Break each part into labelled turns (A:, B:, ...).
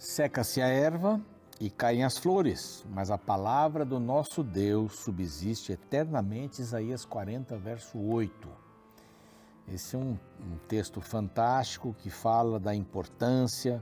A: Seca-se a erva e caem as flores, mas a palavra do nosso Deus subsiste eternamente. Isaías 40, verso 8. Esse é um texto fantástico que fala da importância,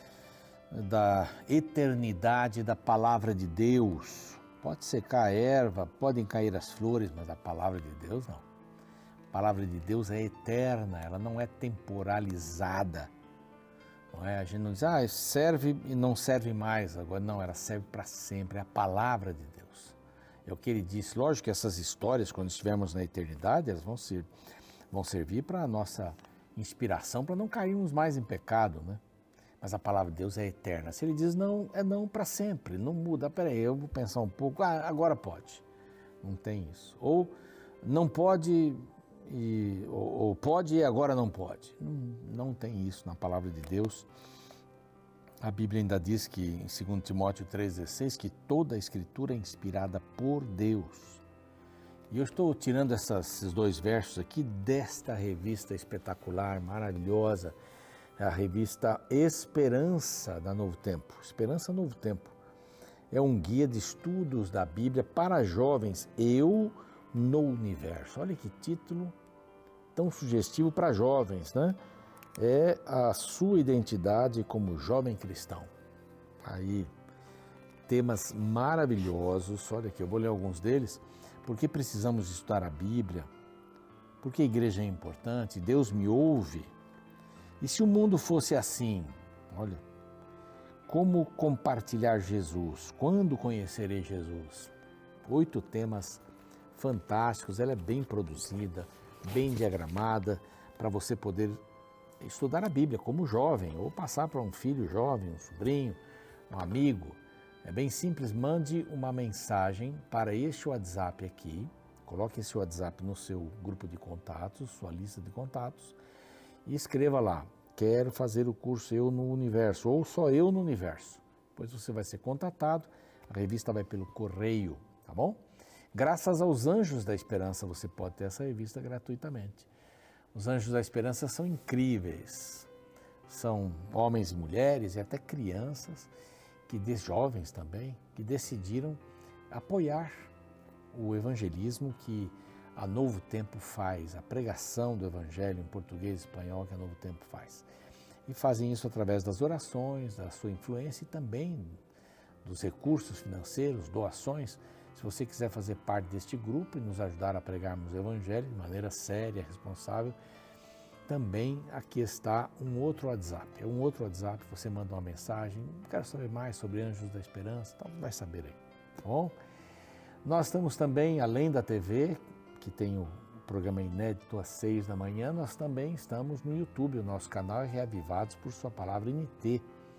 A: da eternidade da palavra de Deus. Pode secar a erva, podem cair as flores, mas a palavra de Deus não. A palavra de Deus é eterna, ela não é temporalizada. Não é? A gente não diz, serve e não serve mais. Agora não, ela serve para sempre, é a palavra de Deus. É o que ele disse. Lógico que essas histórias, quando estivermos na eternidade, elas vão servir para a nossa inspiração, para não cairmos mais em pecado, né? Mas a palavra de Deus é eterna. Se ele diz não, é não para sempre, não muda. Peraí, eu vou pensar um pouco, agora pode. Não tem isso. Ou não pode, ou pode e agora não pode. Não tem isso na palavra de Deus. A Bíblia ainda diz que, em 2 Timóteo 3,16, que toda a Escritura é inspirada por Deus. E eu estou tirando esses dois versos aqui desta revista espetacular, maravilhosa, a revista Esperança da Novo Tempo. Esperança Novo Tempo. É um guia de estudos da Bíblia para jovens, Eu no Universo. Olha que título tão sugestivo para jovens, né? É a sua identidade como jovem cristão. Aí, temas maravilhosos. Olha aqui, eu vou ler alguns deles. Por que precisamos estudar a Bíblia? Por que a igreja é importante? Deus me ouve? E se o mundo fosse assim? Olha, como compartilhar Jesus? Quando conhecerei Jesus? 8 temas fantásticos, ela é bem produzida, bem diagramada, para você poder estudar a Bíblia como jovem, ou passar para um filho jovem, um sobrinho, um amigo. É bem simples, mande uma mensagem para este WhatsApp aqui, coloque esse WhatsApp no seu grupo de contatos, sua lista de contatos, e escreva lá, quero fazer o curso Eu no Universo, ou só Eu no Universo. Depois você vai ser contatado, a revista vai pelo correio, tá bom? Graças aos Anjos da Esperança, você pode ter essa revista gratuitamente. Os Anjos da Esperança são incríveis, são homens e mulheres e até crianças, jovens também, que decidiram apoiar o evangelismo que a Novo Tempo faz, a pregação do Evangelho em português e espanhol que a Novo Tempo faz. E fazem isso através das orações, da sua influência e também dos recursos financeiros, doações. Se você quiser fazer parte deste grupo e nos ajudar a pregarmos o Evangelho de maneira séria, responsável, também aqui está um outro WhatsApp. É um outro WhatsApp, você manda uma mensagem, quero saber mais sobre Anjos da Esperança, então vai saber aí, tá bom? Nós estamos também, além da TV, que tem o programa inédito às 6 da manhã, nós também estamos no YouTube, o nosso canal é Reavivados por Sua Palavra NT.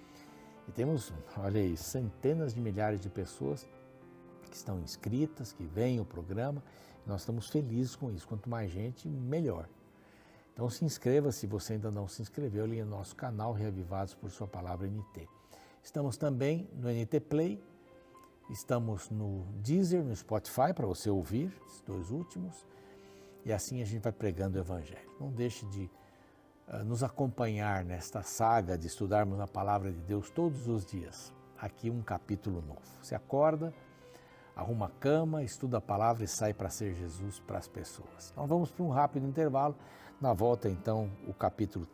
A: E temos, olha aí, centenas de milhares de pessoas que estão inscritas, que veem o programa, nós estamos felizes com isso, quanto mais gente, melhor. Então se inscreva, se você ainda não se inscreveu, ali no nosso canal Reavivados por Sua Palavra NT. Estamos também no NT Play, estamos no Deezer, no Spotify, para você ouvir, esses 2 últimos, e assim a gente vai pregando o Evangelho. Não deixe de nos acompanhar nesta saga de estudarmos a Palavra de Deus todos os dias. Aqui um capítulo novo. Você acorda, arruma a cama, estuda a Palavra e sai para ser Jesus para as pessoas. Então vamos para um rápido intervalo. Na volta, então, o capítulo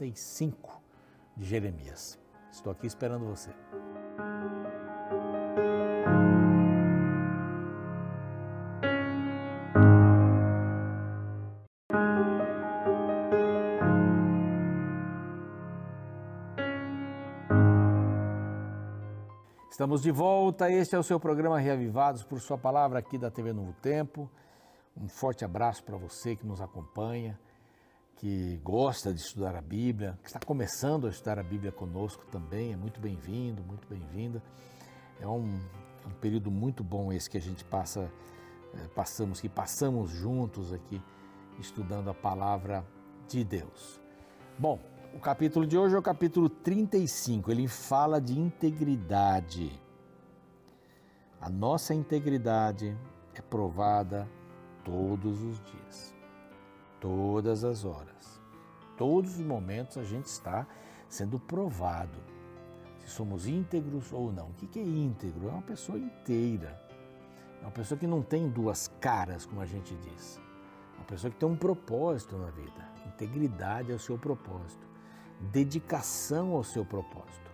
A: 35 de Jeremias. Estou aqui esperando você. Estamos de volta, este é o seu programa Reavivados por Sua Palavra aqui da TV Novo Tempo. Um forte abraço para você que nos acompanha, que gosta de estudar a Bíblia, que está começando a estudar a Bíblia conosco também, é muito bem-vindo, muito bem-vinda. É um período muito bom esse que a gente passamos juntos aqui, estudando a Palavra de Deus. Bom, o capítulo de hoje é o capítulo 35, ele fala de integridade. A nossa integridade é provada todos os dias, todas as horas, todos os momentos a gente está sendo provado se somos íntegros ou não. O que é íntegro? É uma pessoa inteira. É uma pessoa que não tem duas caras, como a gente diz. É uma pessoa que tem um propósito na vida. Integridade é o seu propósito. Dedicação ao seu propósito.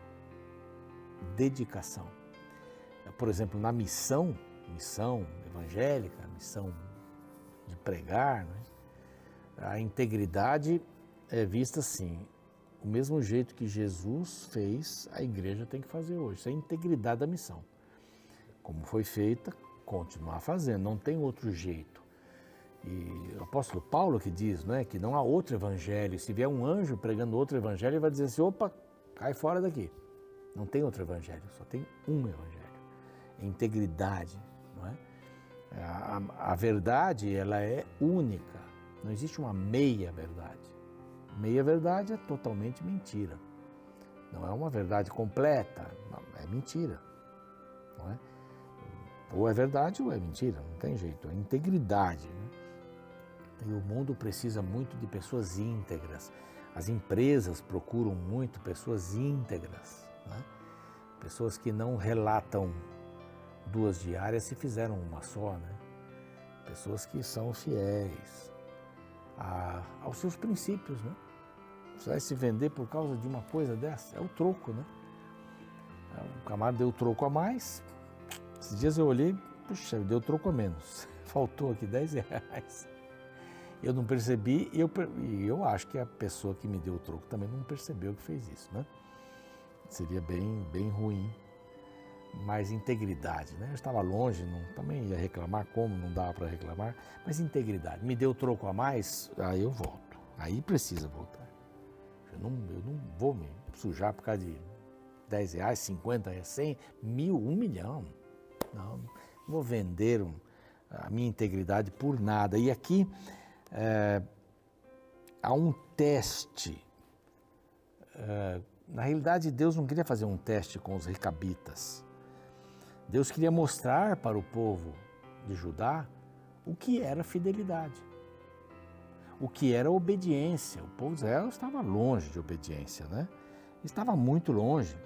A: Dedicação. Por exemplo, na missão evangélica, missão de pregar, né? A integridade é vista assim. O mesmo jeito que Jesus fez, a igreja tem que fazer hoje. Isso é a integridade da missão. Como foi feita, continuar fazendo, não tem outro jeito. E o apóstolo Paulo que diz, não é, que não há outro evangelho. Se vier um anjo pregando outro evangelho, ele vai dizer assim, opa, cai fora daqui. Não tem outro evangelho, só tem um evangelho. É integridade, não é? A verdade, ela é única. Não existe uma meia verdade. Meia verdade é totalmente mentira. Não é uma verdade completa, é mentira. Não é? Ou é verdade ou é mentira, não tem jeito. É integridade. Né? E o mundo precisa muito de pessoas íntegras. As empresas procuram muito pessoas íntegras. Né? Pessoas que não relatam 2 diárias se fizeram uma só. Né? Pessoas que são fiéis aos seus princípios. Né? Você vai se vender por causa de uma coisa dessa? É o troco, né? O camarada deu troco a mais. Esses dias eu olhei, puxa, deu troco a menos. Faltou aqui 10 reais. Eu não percebi e eu acho que a pessoa que me deu o troco também não percebeu que fez isso, né? Seria bem ruim. Mas integridade, né? Eu estava longe, também ia reclamar, como não dava para reclamar, mas integridade. Me deu troco a mais, aí eu volto. Aí precisa voltar. Eu não vou me sujar por causa de 10 reais, 50 reais, 100, 1.000, 1 milhão. Não vou vender a minha integridade por nada. E aqui há um teste. Na realidade, Deus não queria fazer um teste com os recabitas. Deus queria mostrar para o povo de Judá o que era fidelidade. O que era obediência. O povo de Israel estava longe de obediência, né? Estava muito longe.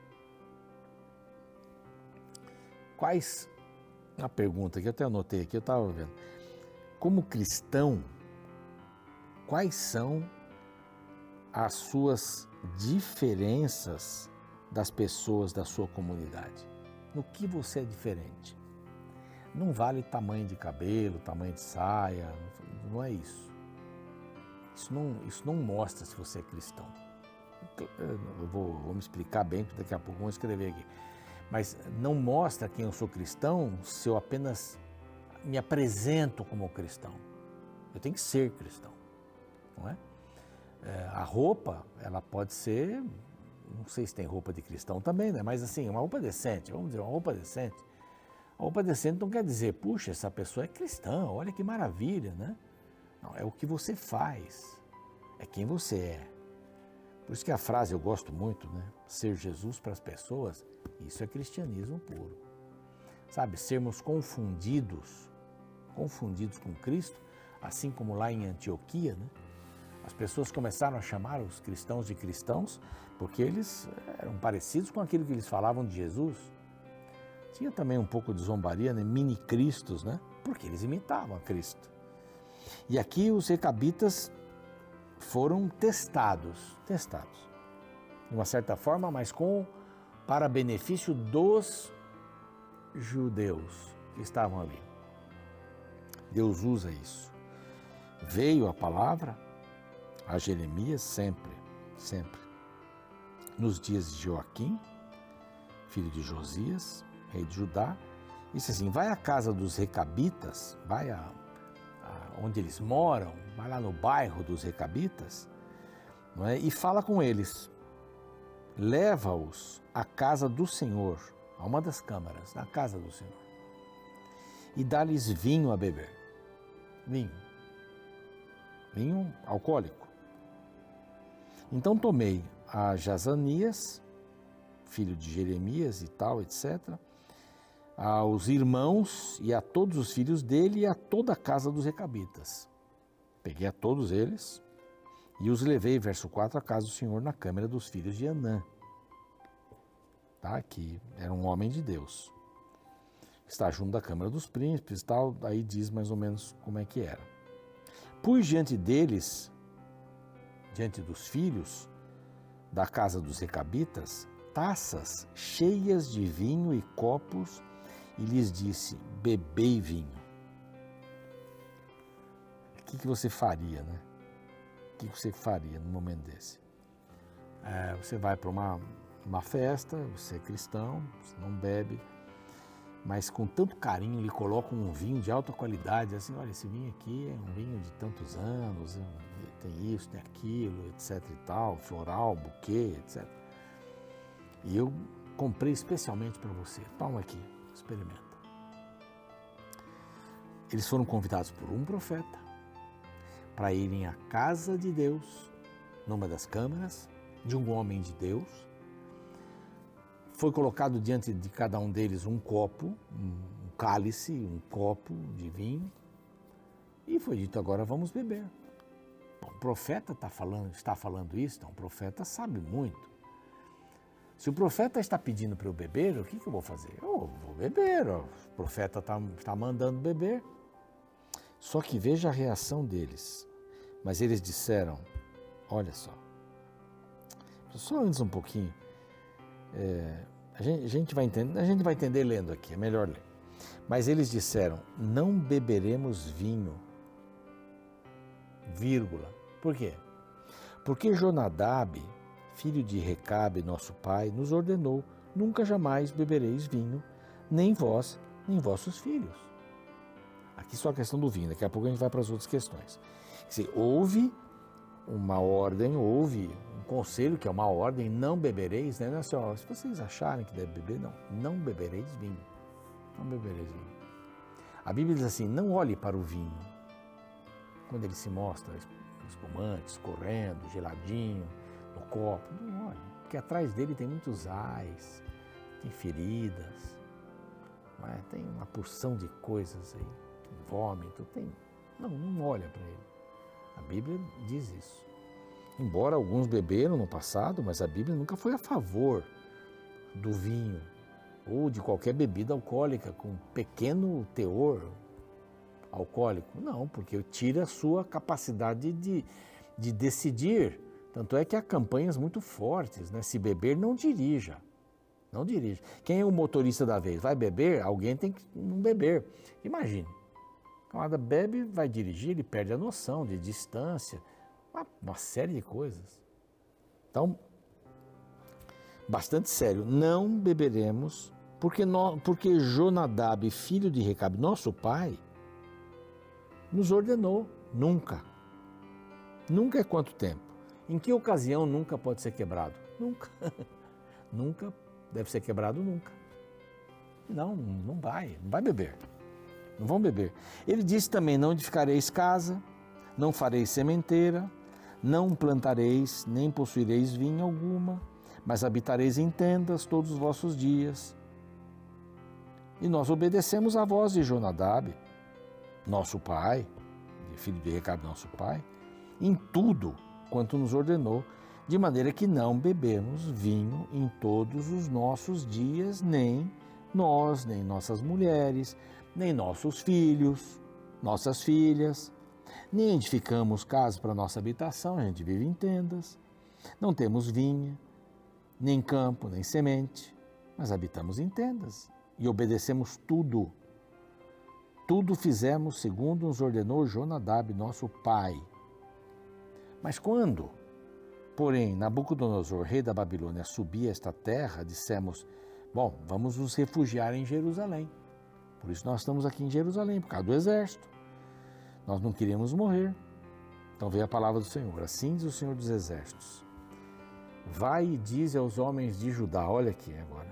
A: Uma pergunta que eu até anotei aqui, eu estava vendo. Como cristão, quais são as suas diferenças das pessoas da sua comunidade? No que você é diferente? Não vale tamanho de cabelo, tamanho de saia, não é isso. Isso não mostra se você é cristão. Eu vou me explicar bem, porque daqui a pouco vamos escrever aqui. Mas não mostra quem eu sou cristão se eu apenas me apresento como cristão. Eu tenho que ser cristão, não é? A roupa, ela pode ser, não sei se tem roupa de cristão também, né? Mas assim, uma roupa decente, vamos dizer, uma roupa decente. A roupa decente não quer dizer, puxa, essa pessoa é cristã, olha que maravilha, né? Não, é o que você faz, é quem você é. Por isso que a frase eu gosto muito, né? Ser Jesus para as pessoas, isso é cristianismo puro. Sabe, sermos confundidos com Cristo, assim como lá em Antioquia, né? As pessoas começaram a chamar os cristãos de cristãos porque eles eram parecidos com aquilo que eles falavam de Jesus. Tinha também um pouco de zombaria, né? Mini-cristos, né? Porque eles imitavam a Cristo. E aqui os recabitas foram testados, de uma certa forma, mas para benefício dos judeus que estavam ali. Deus usa isso. Veio a palavra a Jeremias sempre, nos dias de Joaquim, filho de Josias, rei de Judá, disse assim, vai à casa dos recabitas, vai onde eles moram, vai lá no bairro dos recabitas, não é? E fala com eles, leva-os à casa do Senhor, a uma das câmaras, na casa do Senhor, e dá-lhes vinho a beber, vinho alcoólico. Então tomei a Jazanias, filho de Jeremias e tal, etc., aos irmãos e a todos os filhos dele e a toda a casa dos recabitas. Peguei a todos eles e os levei, verso 4, à casa do Senhor na câmara dos filhos de Anã. tá? Que era um homem de Deus. Está junto da Câmara dos Príncipes e tal, aí diz mais ou menos como é que era. Pus diante deles, diante dos filhos da casa dos recabitas, taças cheias de vinho e copos, e lhes disse: bebei vinho. O que você faria, né? O que você faria num momento desse? Você vai para uma festa, você é cristão, você não bebe, mas com tanto carinho lhe colocam um vinho de alta qualidade, assim, olha, esse vinho aqui é um vinho de tantos anos, tem isso, tem aquilo, etc e tal, floral, buquê, etc. E eu comprei especialmente para você, toma aqui, experimenta. Eles foram convidados por um profeta para irem à casa de Deus, numa das câmaras, de um homem de Deus. Foi colocado diante de cada um deles um copo, um cálice, um copo de vinho, e foi dito: agora vamos beber. Bom, o profeta está falando isso, então o profeta sabe muito. Se o profeta está pedindo para eu beber, o que eu vou fazer? Eu vou beber, ó. O profeta está mandando beber. Só que veja a reação deles. Mas eles disseram, olha só antes um pouquinho, a gente vai entender lendo aqui, é melhor ler. Mas eles disseram: não beberemos vinho, vírgula. Por quê? Porque Jonadab, filho de Recabe, nosso pai, nos ordenou: nunca jamais bebereis vinho, nem vós, nem vossos filhos. Aqui só a questão do vinho, daqui a pouco a gente vai para as outras questões. Quer dizer, houve uma ordem, houve um conselho, que é uma ordem: não bebereis, né? Não é assim, ó, se vocês acharem que deve beber, não bebereis vinho. Não bebereis vinho. A Bíblia diz assim: não olhe para o vinho, quando ele se mostra espumante, escorrendo, geladinho, no copo, não olhe, porque atrás dele tem muitos ais, tem feridas, tem uma porção de coisas aí, vômito, não olha para ele. A Bíblia diz isso. Embora alguns beberam no passado, mas a Bíblia nunca foi a favor do vinho ou de qualquer bebida alcoólica com pequeno teor alcoólico. Não, porque tira a sua capacidade de decidir. Tanto é que há campanhas muito fortes, né? Se beber, não dirija. Não dirija. Quem é o motorista da vez? Vai beber? Alguém tem que não beber. Imagine. O camarada bebe, vai dirigir, ele perde a noção de distância, uma série de coisas. Então, bastante sério, não beberemos, porque Jonadab, filho de Recabe, nosso pai, nos ordenou: nunca. Nunca é quanto tempo? Em que ocasião nunca pode ser quebrado? Nunca. Nunca deve ser quebrado nunca. Não vai beber. Não vão beber. Ele disse também: não edificareis casa, não fareis sementeira, não plantareis, nem possuireis vinha alguma, mas habitareis em tendas todos os vossos dias. E nós obedecemos à voz de Jonadab, nosso pai, filho de Recabe, nosso pai, em tudo quanto nos ordenou, de maneira que não bebemos vinho em todos os nossos dias, nem nós, nem nossas mulheres, nem nossos filhos, nossas filhas, nem edificamos casa para nossa habitação, a gente vive em tendas, não temos vinha, nem campo, nem semente, mas habitamos em tendas e obedecemos tudo. Tudo fizemos segundo nos ordenou Jonadab, nosso pai. Mas quando, porém, Nabucodonosor, rei da Babilônia, subia a esta terra, dissemos: bom, vamos nos refugiar em Jerusalém. Por isso nós estamos aqui em Jerusalém, por causa do exército. Nós não queríamos morrer. Então veio a palavra do Senhor: assim diz o Senhor dos Exércitos: vai e diz aos homens de Judá. Olha aqui agora.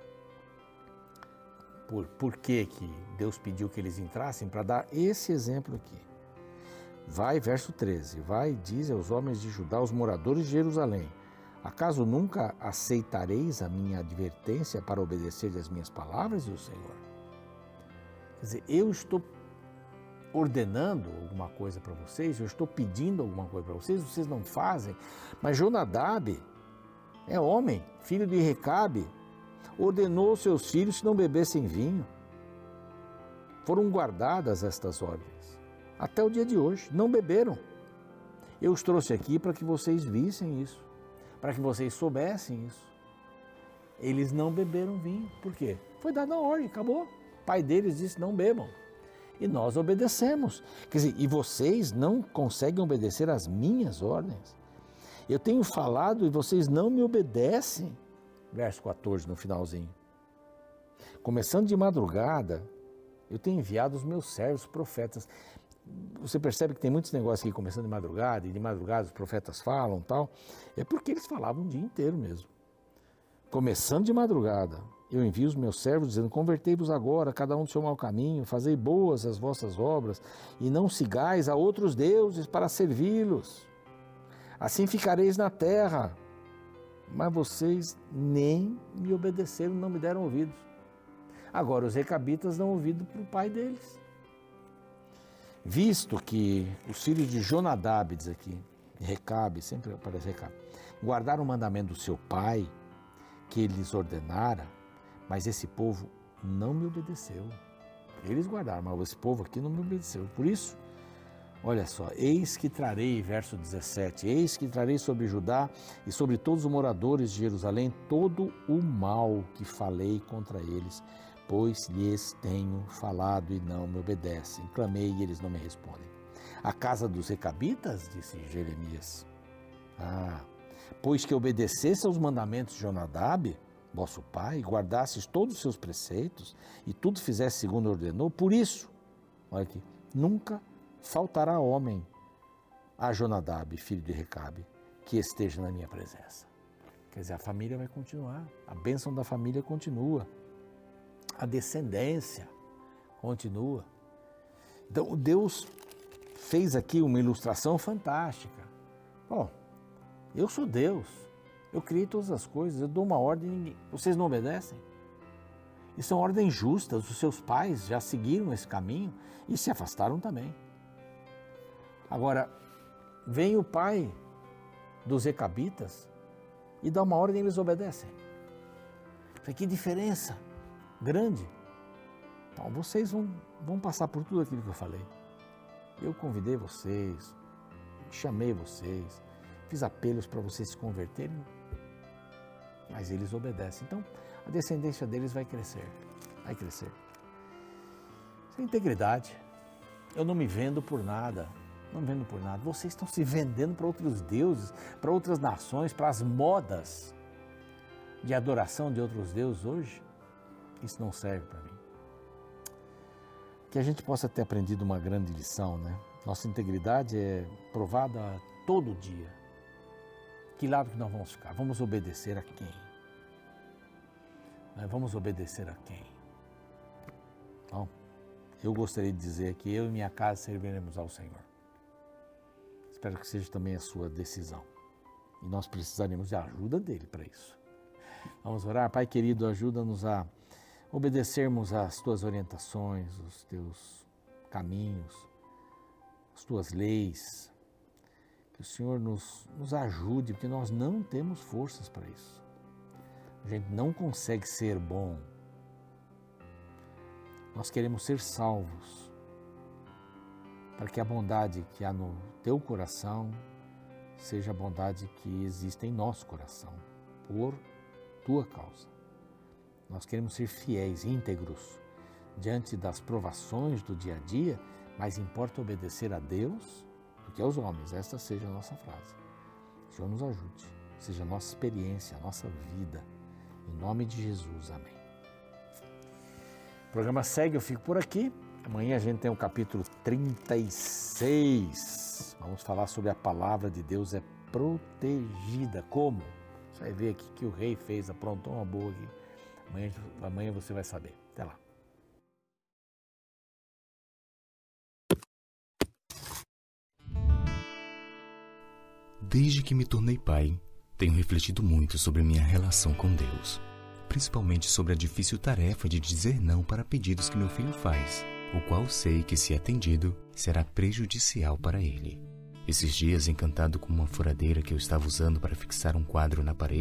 A: Por que Deus pediu que eles entrassem? Para dar esse exemplo aqui. Vai, verso 13, vai e diz aos homens de Judá, os moradores de Jerusalém: acaso nunca aceitareis a minha advertência para obedecer às minhas palavras, diz o Senhor? Quer dizer, eu estou ordenando alguma coisa para vocês, eu estou pedindo alguma coisa para vocês, vocês não fazem. Mas Jonadab é homem, filho de Recabe, ordenou aos seus filhos que não bebessem vinho. Foram guardadas estas ordens. Até o dia de hoje, não beberam. Eu os trouxe aqui para que vocês vissem isso, para que vocês soubessem isso. Eles não beberam vinho. Por quê? Foi dada a ordem, acabou. O pai deles disse, não bebam. E nós obedecemos. Quer dizer, e vocês não conseguem obedecer às minhas ordens? Eu tenho falado e vocês não me obedecem. Verso 14, no finalzinho. Começando de madrugada, eu tenho enviado os meus servos profetas. Você percebe que tem muitos negócios aqui começando de madrugada, e de madrugada os profetas falam e tal. É porque eles falavam o dia inteiro mesmo. Começando de madrugada, eu envio os meus servos dizendo, convertei-vos agora, cada um do seu mau caminho, fazei boas as vossas obras, e não sigais a outros deuses para servi-los. Assim ficareis na terra. Mas vocês nem me obedeceram, não me deram ouvidos. Agora os recabitas dão ouvido para o pai deles. Visto que os filhos de Jonadab, diz aqui, Recabe, sempre aparece Recabe, guardaram o mandamento do seu pai, que ele lhes ordenara, mas esse povo não me obedeceu. Eles guardaram, mas esse povo aqui não me obedeceu. Por isso, olha só, eis que trarei, verso 17, eis que trarei sobre Judá e sobre todos os moradores de Jerusalém todo o mal que falei contra eles, pois lhes tenho falado e não me obedecem. Clamei e eles não me respondem. A casa dos recabitas, disse Jeremias, pois que obedecesse aos mandamentos de Jonadab, vosso pai, guardasses todos os seus preceitos e tudo fizesse segundo ordenou, por isso, olha aqui, nunca faltará homem a Jonadab, filho de Recabe, que esteja na minha presença. Quer dizer, a família vai continuar, a bênção da família continua, a descendência continua. Então, Deus fez aqui uma ilustração fantástica. Bom, eu sou Deus, eu criei todas as coisas, eu dou uma ordem, vocês não obedecem? E são ordens justas, os seus pais já seguiram esse caminho e se afastaram também. Agora, vem o pai dos recabitas e dá uma ordem e eles obedecem. Que diferença grande. Então, vocês vão passar por tudo aquilo que eu falei. Eu convidei vocês, chamei vocês, fiz apelos para vocês se converterem, mas eles obedecem. Então, a descendência deles vai crescer, vai crescer. Isso é integridade. Eu não me vendo por nada, não me vendo por nada. Vocês estão se vendendo para outros deuses, para outras nações, para as modas de adoração de outros deuses hoje. Isso não serve para mim. Que a gente possa ter aprendido uma grande lição, né? Nossa integridade é provada todo dia. Que lado que nós vamos ficar? Vamos obedecer a quem? Vamos obedecer a quem? Então, eu gostaria de dizer que eu e minha casa serviremos ao Senhor. Espero que seja também a sua decisão. E nós precisaremos de ajuda dele para isso. Vamos orar. Pai querido, ajuda-nos a obedecermos às tuas orientações, os teus caminhos, as tuas leis. Que o Senhor nos ajude, porque nós não temos forças para isso. A gente não consegue ser bom. Nós queremos ser salvos, para que a bondade que há no teu coração seja a bondade que existe em nosso coração, por tua causa. Nós queremos ser fiéis, íntegros, diante das provações do dia a dia, mas importa obedecer a Deus do que aos homens. Esta seja a nossa frase. O Senhor nos ajude, seja a nossa experiência, a nossa vida. Em nome de Jesus, amém. O programa segue, eu fico por aqui. Amanhã a gente tem o capítulo 36. Vamos falar sobre a palavra de Deus é protegida. Como? Você vai ver aqui que o rei fez, aprontou uma boa aqui. Amanhã você vai saber. Até lá.
B: Desde que me tornei pai, tenho refletido muito sobre minha relação com Deus, principalmente sobre a difícil tarefa de dizer não para pedidos que meu filho faz, o qual sei que, se atendido, será prejudicial para ele. Esses dias, encantado com uma furadeira que eu estava usando para fixar um quadro na parede,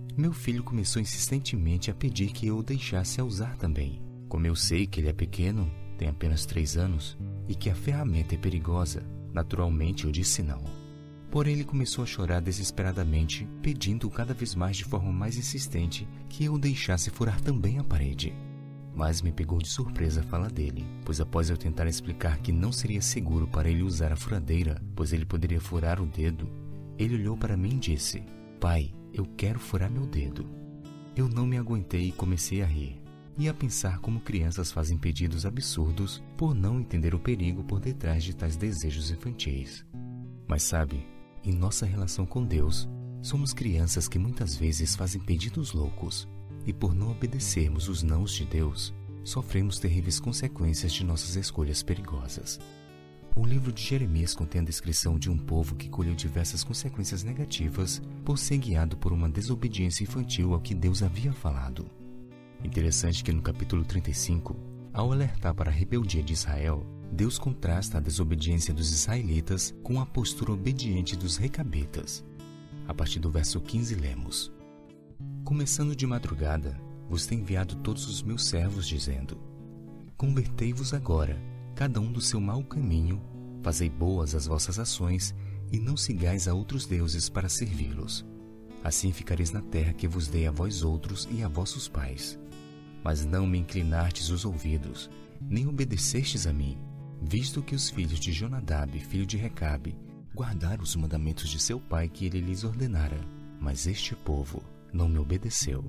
B: Meu filho começou insistentemente a pedir que eu o deixasse a usar também. Como eu sei que ele é pequeno, tem apenas 3 anos, e que a ferramenta é perigosa, naturalmente eu disse não. Porém, ele começou a chorar desesperadamente, pedindo cada vez mais de forma mais insistente que eu o deixasse furar também a parede. Mas me pegou de surpresa a fala dele, pois após eu tentar explicar que não seria seguro para ele usar a furadeira, pois ele poderia furar o dedo, ele olhou para mim e disse: "Pai, eu quero furar meu dedo." Eu não me aguentei e comecei a rir, e a pensar como crianças fazem pedidos absurdos por não entender o perigo por detrás de tais desejos infantis. Mas sabe, em nossa relação com Deus, somos crianças que muitas vezes fazem pedidos loucos, e por não obedecermos os nãos de Deus, sofremos terríveis consequências de nossas escolhas perigosas. O livro de Jeremias contém a descrição de um povo que colheu diversas consequências negativas por ser guiado por uma desobediência infantil ao que Deus havia falado. Interessante que no capítulo 35, ao alertar para a rebeldia de Israel, Deus contrasta a desobediência dos israelitas com a postura obediente dos recabitas. A partir do verso 15 lemos: "Começando de madrugada, vos tenho enviado todos os meus servos, dizendo: Convertei-vos agora, cada um do seu mau caminho, fazei boas as vossas ações, e não sigais a outros deuses para servi-los. Assim ficareis na terra que vos dei a vós outros e a vossos pais. Mas não me inclinastes os ouvidos, nem obedecestes a mim, visto que os filhos de Jonadab, filho de Recabe, guardaram os mandamentos de seu pai que ele lhes ordenara, mas este povo não me obedeceu."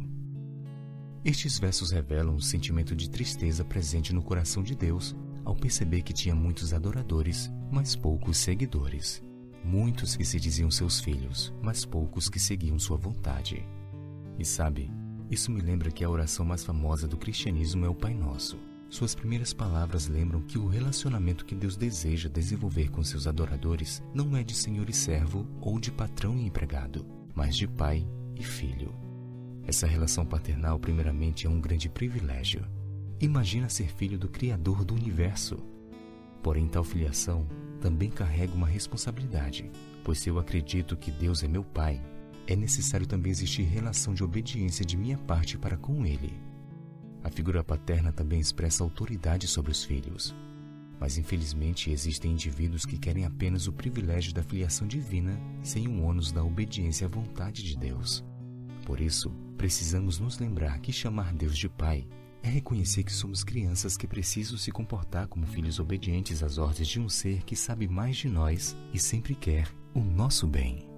B: Estes versos revelam um sentimento de tristeza presente no coração de Deus ao perceber que tinha muitos adoradores, mas poucos seguidores. Muitos que se diziam seus filhos, mas poucos que seguiam sua vontade. E sabe, isso me lembra que a oração mais famosa do cristianismo é o Pai Nosso. Suas primeiras palavras lembram que o relacionamento que Deus deseja desenvolver com seus adoradores não é de senhor e servo ou de patrão e empregado, mas de pai e filho. Essa relação paternal, primeiramente, é um grande privilégio. Imagina ser filho do Criador do Universo. Porém, tal filiação também carrega uma responsabilidade, pois se eu acredito que Deus é meu Pai, é necessário também existir relação de obediência de minha parte para com Ele. A figura paterna também expressa autoridade sobre os filhos. Mas infelizmente existem indivíduos que querem apenas o privilégio da filiação divina sem o ônus da obediência à vontade de Deus. Por isso, precisamos nos lembrar que chamar Deus de Pai é reconhecer que somos crianças que precisam se comportar como filhos obedientes às ordens de um ser que sabe mais de nós e sempre quer o nosso bem.